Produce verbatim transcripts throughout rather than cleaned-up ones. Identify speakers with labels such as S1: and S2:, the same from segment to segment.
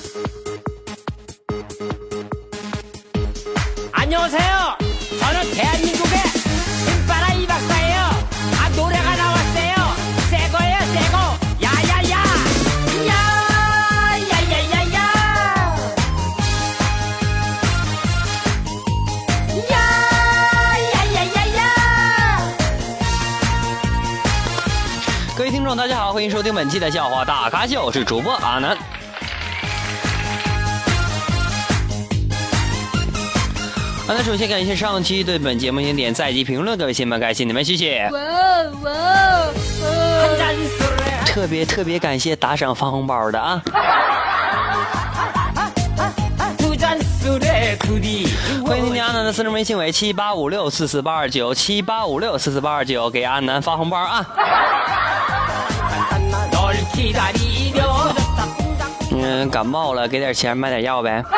S1: 안녕하세요. 저는 대한민국의 힘바라 이 박사예요. 아 노래가 나왔어요. 새 거예요, 새 거. 야야야. 야야야야야. 야야야야야.
S2: 各位听众，大家好，欢迎收听本期的笑话大咖秀，我是主播阿南。好的，首先感谢上期对本节目经典在及评论各位亲们，感谢你们，谢谢。
S1: 哇哇哇！
S2: 特别特别感谢打赏发红包的啊！欢迎添加阿南的私人微信为七八五六四四八二九七八五六四四八二九，给阿南发红包啊！嗯，感冒了，给点钱买点药呗。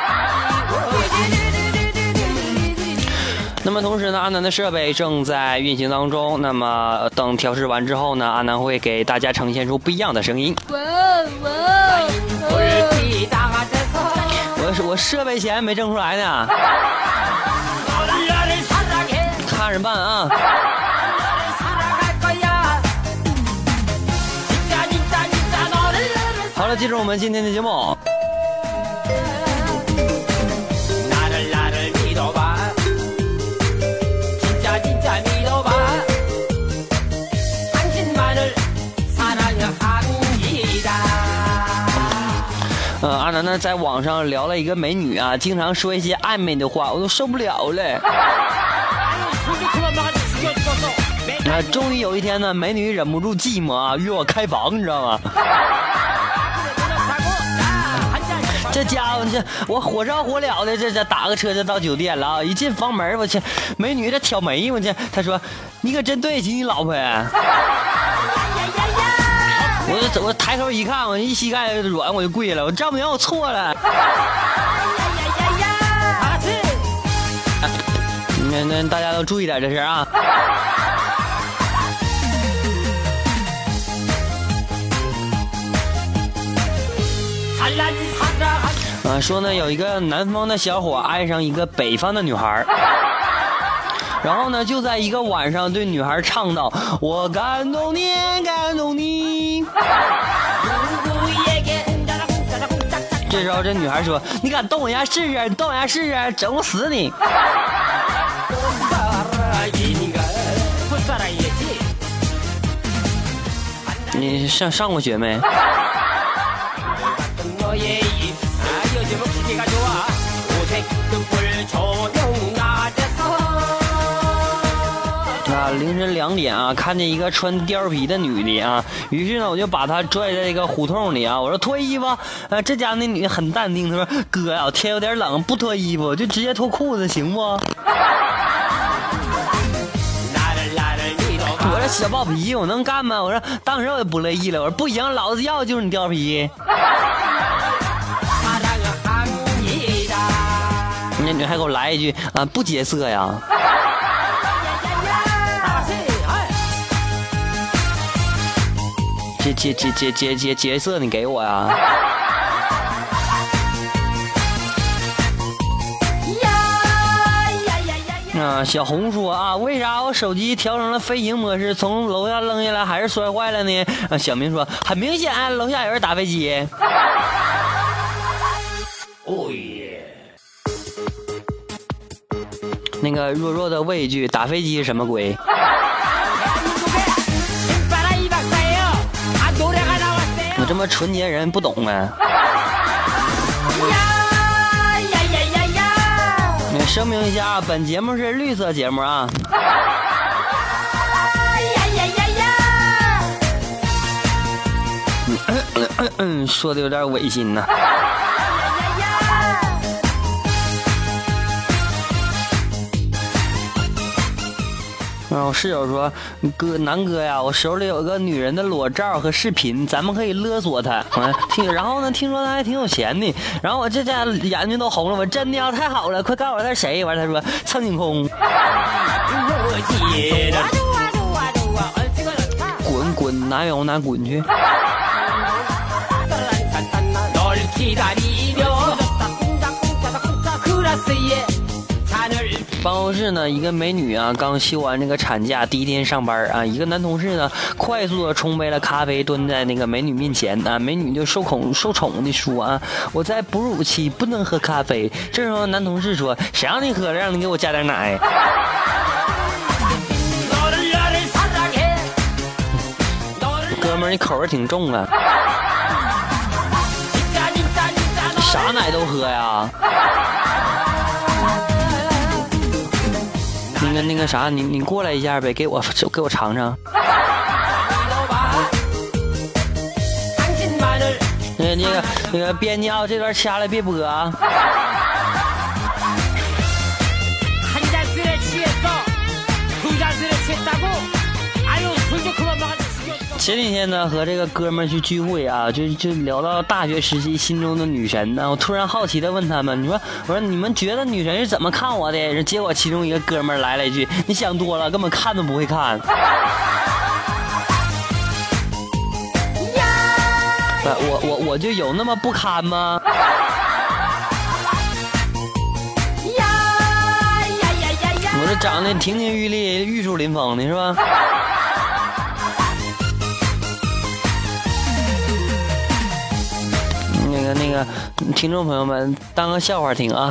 S2: 那么同时呢，阿南的设备正在运行当中。那么等调试完之后呢，阿南会给大家呈现出不一样的声音。
S1: 哇哇！
S2: 我我设备钱没挣出来呢，看着办啊。好了，接着我们今天的节目。呃，阿南呢在网上聊了一个美女啊，经常说一些暧昧的话，我都受不了了。啊，终于有一天呢，美女忍不住寂寞啊，约我开房，你知道吗？这家伙，这我火烧火燎的，这这打个车就到酒店了啊！一进房门，我去，美女这挑眉，我去，她说：“你可真对得起你老婆呀！”我就我抬头一看，我一膝盖软，我就跪了，我丈母娘，我错了。那那大家都注意点这事啊。啊，说呢有一个南方的小伙爱上一个北方的女孩，然后呢就在一个晚上对女孩唱道：“我感动你，感动你。”这时候这女孩说：“你敢动我一下试试？你动我一下试试，整我死你！”你上上过学没？啊，凌晨两点啊，看见一个穿貂皮的女的啊，于是呢，我就把她拽在这个胡同里啊，我说脱衣服。啊，这家那女的很淡定，她说：“哥呀，天有点冷，不脱衣服，就直接脱裤子，行不？”我说小暴皮，我能干吗？我说当时我也不乐意了，我说不行，老子要的就是你貂皮。那女还给我来一句啊，不劫色呀。劫劫劫劫劫劫劫色，你给我呀。啊，小红说啊，为啥我手机调成了飞行模式，从楼下扔下来还是摔坏了呢？啊，小明说，很明显，楼下有人打飞机。哦耶！那个弱弱的问一句，打飞机是什么鬼？我这么纯洁人不懂啊。声明一下，本节目是绿色节目啊。嗯嗯嗯嗯，说的有点违心呐。然后室友说：“哥，南哥呀，我手里有个女人的裸照和视频，咱们可以勒索她。嗯，听，然后呢，听说她还挺有钱的。然后我这家眼睛都红了，我真的呀，太好了，快告诉我他是谁。完了，他说苍井空。滚滚，哪有哪滚去。 办公室呢，一个美女啊，刚休完这个产假，第一天上班啊，一个男同事呢，快速的冲杯了咖啡，蹲在那个美女面前啊，美女就受宠受宠的说啊，我在哺乳期不能喝咖啡。这时候男同事说，谁让你喝了，让你给我加点奶。哥们儿，你口味挺重啊，啥奶都喝呀。那个那个啥，你你过来一下呗，给我给我尝尝。那那个那个编辑啊，这段掐了别播啊。前几天呢，和这个哥们儿去聚会啊，就就聊到大学时期心中的女神呢。我突然好奇的问他们，你说我说你们觉得女神是怎么看我的？结果其中一个哥们儿来了一句，你想多了，根本看都不会看。我我我就有那么不堪吗？我这长得亭亭玉立、玉树临风的是吧？那个那个，听众朋友们，当个笑话听啊。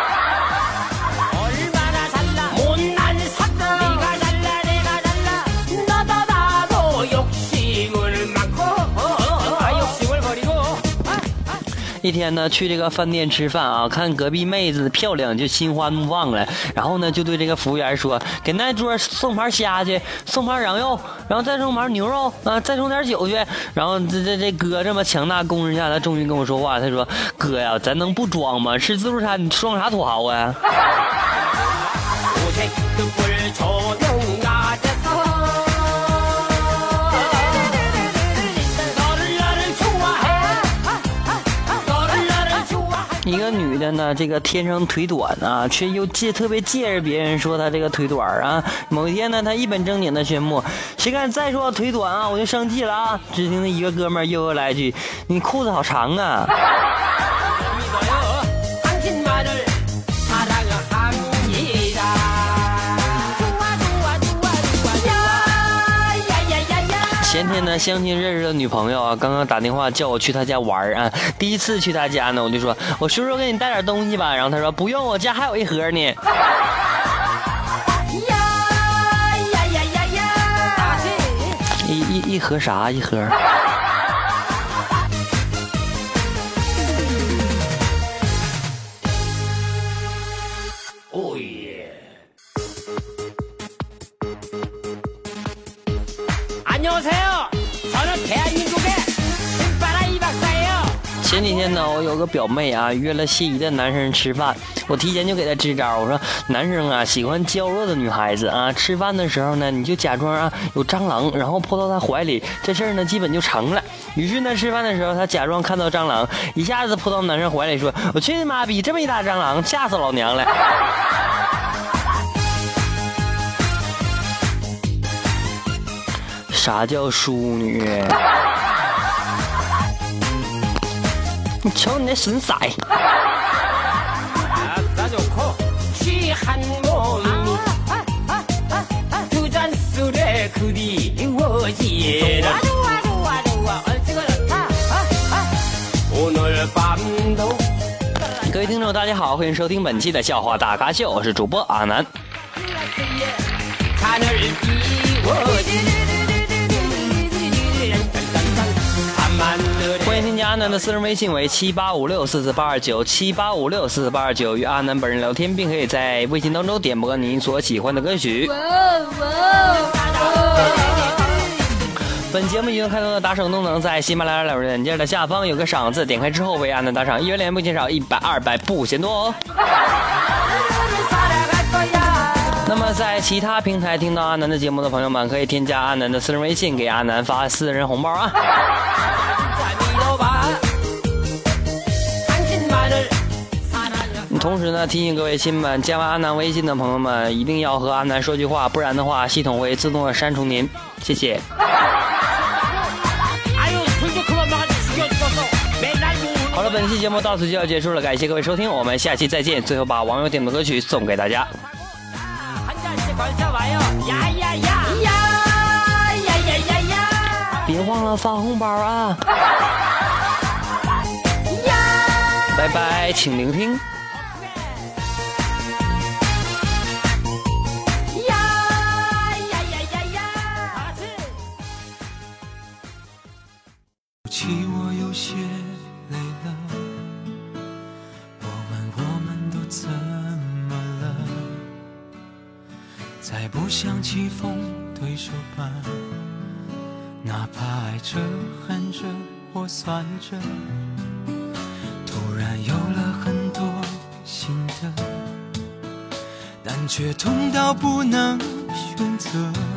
S2: 一天呢，去这个饭店吃饭啊，看隔壁妹子漂亮，就心花怒放了。然后呢，就对这个服务员说：“给那桌送盘虾去，送盘羊肉，然后再送盘牛肉啊，再送点酒去。”然后这这这哥这么强大攻势下，他终于跟我说话，他说：“哥呀，咱能不装吗？吃自助餐你装啥土豪啊？”一个女的呢，这个天生腿短啊，却又介特别介意别人说她这个腿短啊。某一天呢，她一本正经的宣布，谁敢再说我腿短啊，我就生气了啊！只听那一个哥们儿又又来一句，你裤子好长啊！前天呢，相亲认识的女朋友啊，刚刚打电话叫我去她家玩啊。第一次去她家呢，我就说，我叔叔给你带点东西吧。然后她说不用，我家还有一盒呢。呀呀呀呀呀！一一一盒啥？一盒？哦耶！ 안녕하세요. 저는 대한민국의 신바라 이 박사예요. 前几天呢，我有个表妹啊，约了心仪的男生吃饭，我提前就给她支招，我说男生啊喜欢娇弱的女孩子啊，吃饭的时候呢，你就假装啊有蟑螂，然后扑到她怀里，这事儿呢基本就成了。于是呢，吃饭的时候，她假装看到蟑螂，一下子扑到男生怀里，说：“我去你妈逼，这么一大蟑螂，吓死老娘了。”啥叫淑女？你瞅你那损色！各位听众，大家好，欢迎收听本期的笑话大咖秀，我是主播阿南。欢迎添加阿南的私人微信为七八五六四四八二九七八五六四四八二九，与阿南本人聊天，并可以在微信当中点播您所喜欢的歌曲。本节目已经开通的打赏功能，在喜马拉雅软件的下方有个赏字，点开之后为阿南打赏，一元两不减少，一百二百不嫌多哦。那么在其他平台听到阿南的节目的朋友们，可以添加阿南的私人微信，给阿南发私人红包啊。同时呢，提醒各位亲们，加完阿南微信的朋友们，一定要和阿南说句话，不然的话，系统会自动的删除您。谢谢。好了，本期节目到此就要结束了，感谢各位收听，我们下期再见。最后把网友点的歌曲送给大家。
S1: 管着玩哟，呀呀呀呀呀呀呀呀！
S2: 别忘了发红包啊！拜拜，请聆听。
S1: 呀呀呀呀呀！好吃。
S3: 对不起，我有些累了。我问我们都怎么了？再不想棋逢对手吧，哪怕爱着、恨着或算着。突然有了很多心得，但却痛到不能选择。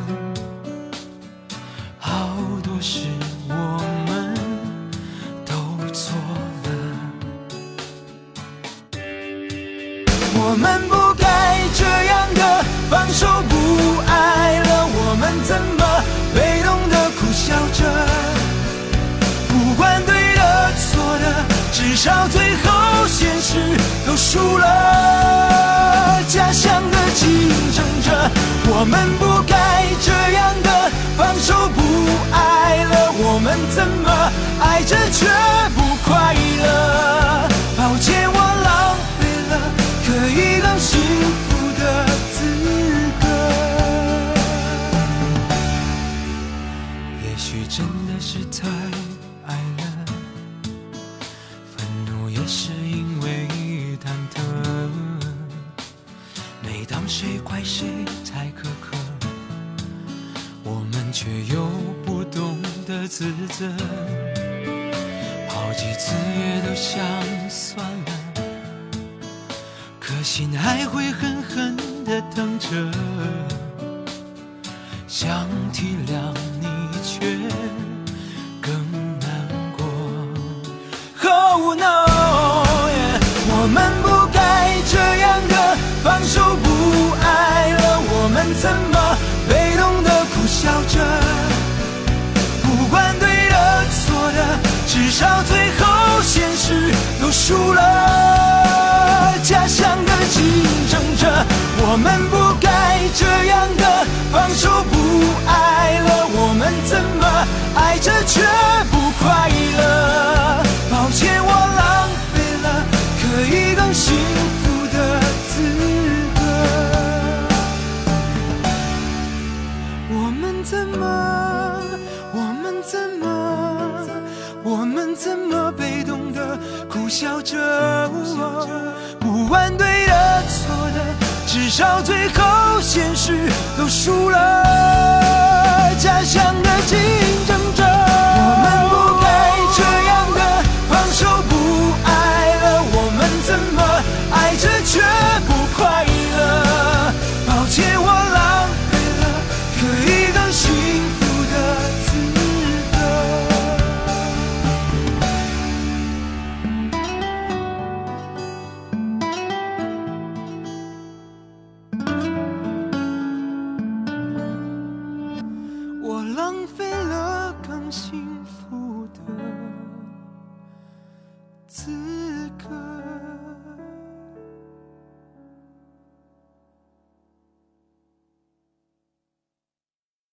S3: 好多事我们都错了，我们不该这样的放手不爱了，我们怎么被动的苦笑着？不管对的错的，至少最后现实都输了。假想的竞争着，我们不该这样的放手不爱了，我们怎么爱着却不快乐？抱歉，我浪费了可以更幸福的资格。也许真的是太爱了，愤怒也是因为忐忑。每当谁怪谁太苛刻，我们却又不懂得自责。好几次也都想算了，可心还会狠狠地疼着。想体谅你，却更难过。Oh no， yeah， 我们不该这样的放手不爱了，我们怎么被动的苦笑着？不管对的错的，至少最后现实都输了。假想的竞争着，我们不该这样的放手不爱了，我们怎么爱着却不快乐？抱歉，我浪费了可以更幸福的资格。我们怎么，我们怎么，我们怎么被动的苦笑着？不管对的错的，至少最后现实都输了。假想的竞争着，我们不该这样的放手不爱了，我们怎么爱着却不快乐？抱歉，我浪费了可以更幸福的资格。我浪费了更幸福